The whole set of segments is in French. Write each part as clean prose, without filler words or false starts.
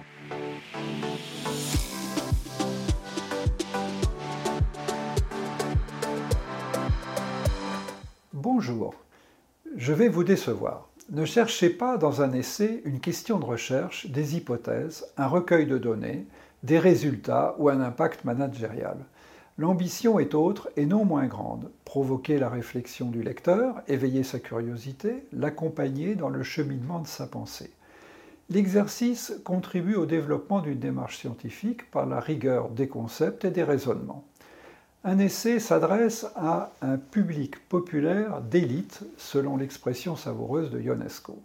Bonjour, je vais vous décevoir. Ne cherchez pas dans un essai une question de recherche, des hypothèses, un recueil de données, des résultats ou un impact managérial. L'ambition est autre et non moins grande. Provoquer la réflexion du lecteur, éveiller sa curiosité, l'accompagner dans le cheminement de sa pensée. L'exercice contribue au développement d'une démarche scientifique par la rigueur des concepts et des raisonnements. Un essai s'adresse à un public populaire d'élite, selon l'expression savoureuse de Ionesco.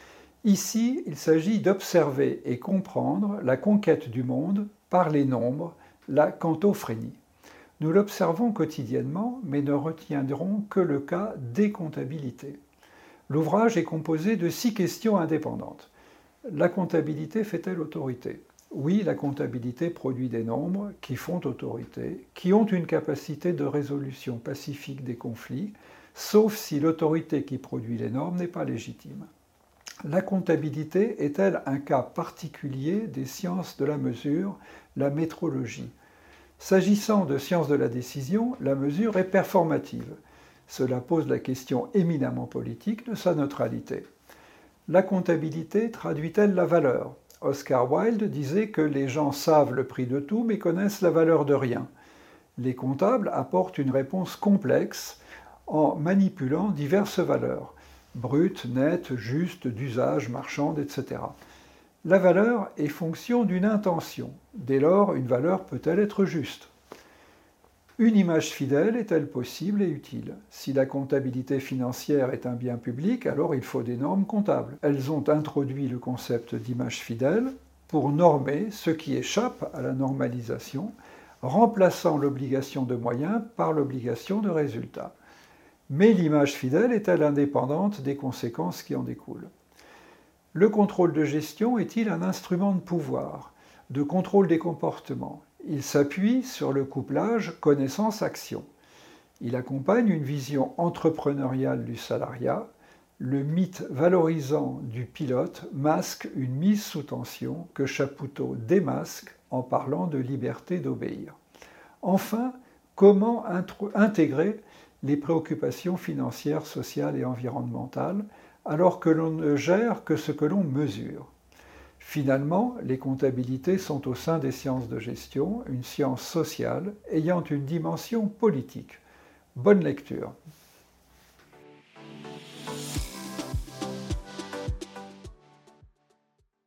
Ici, il s'agit d'observer et comprendre la conquête du monde par les nombres, la quantophrénie. Nous l'observons quotidiennement, mais ne retiendrons que le cas des comptabilités. L'ouvrage est composé de 6 questions indépendantes. La comptabilité fait-elle autorité ? Oui, la comptabilité produit des nombres qui font autorité, qui ont une capacité de résolution pacifique des conflits, sauf si l'autorité qui produit les normes n'est pas légitime. La comptabilité est-elle un cas particulier des sciences de la mesure, la métrologie ? S'agissant de sciences de la décision, la mesure est performative. Cela pose la question éminemment politique de sa neutralité. La comptabilité traduit-elle la valeur ? Oscar Wilde disait que les gens savent le prix de tout mais connaissent la valeur de rien. Les comptables apportent une réponse complexe en manipulant diverses valeurs, brutes, nettes, justes, d'usage, marchandes, etc. La valeur est fonction d'une intention. Dès lors, une valeur peut-elle être juste ? Une image fidèle est-elle possible et utile ? Si la comptabilité financière est un bien public, alors il faut des normes comptables. Elles ont introduit le concept d'image fidèle pour normer ce qui échappe à la normalisation, remplaçant l'obligation de moyens par l'obligation de résultat. Mais l'image fidèle est-elle indépendante des conséquences qui en découlent ? Le contrôle de gestion est-il un instrument de pouvoir, de contrôle des comportements ? Il s'appuie sur le couplage connaissance-action. Il accompagne une vision entrepreneuriale du salariat. Le mythe valorisant du pilote masque une mise sous tension que Chapoutot démasque en parlant de liberté d'obéir. Enfin, comment intégrer les préoccupations financières, sociales et environnementales alors que l'on ne gère que ce que l'on mesure ? Finalement, les comptabilités sont au sein des sciences de gestion, une science sociale ayant une dimension politique. Bonne lecture.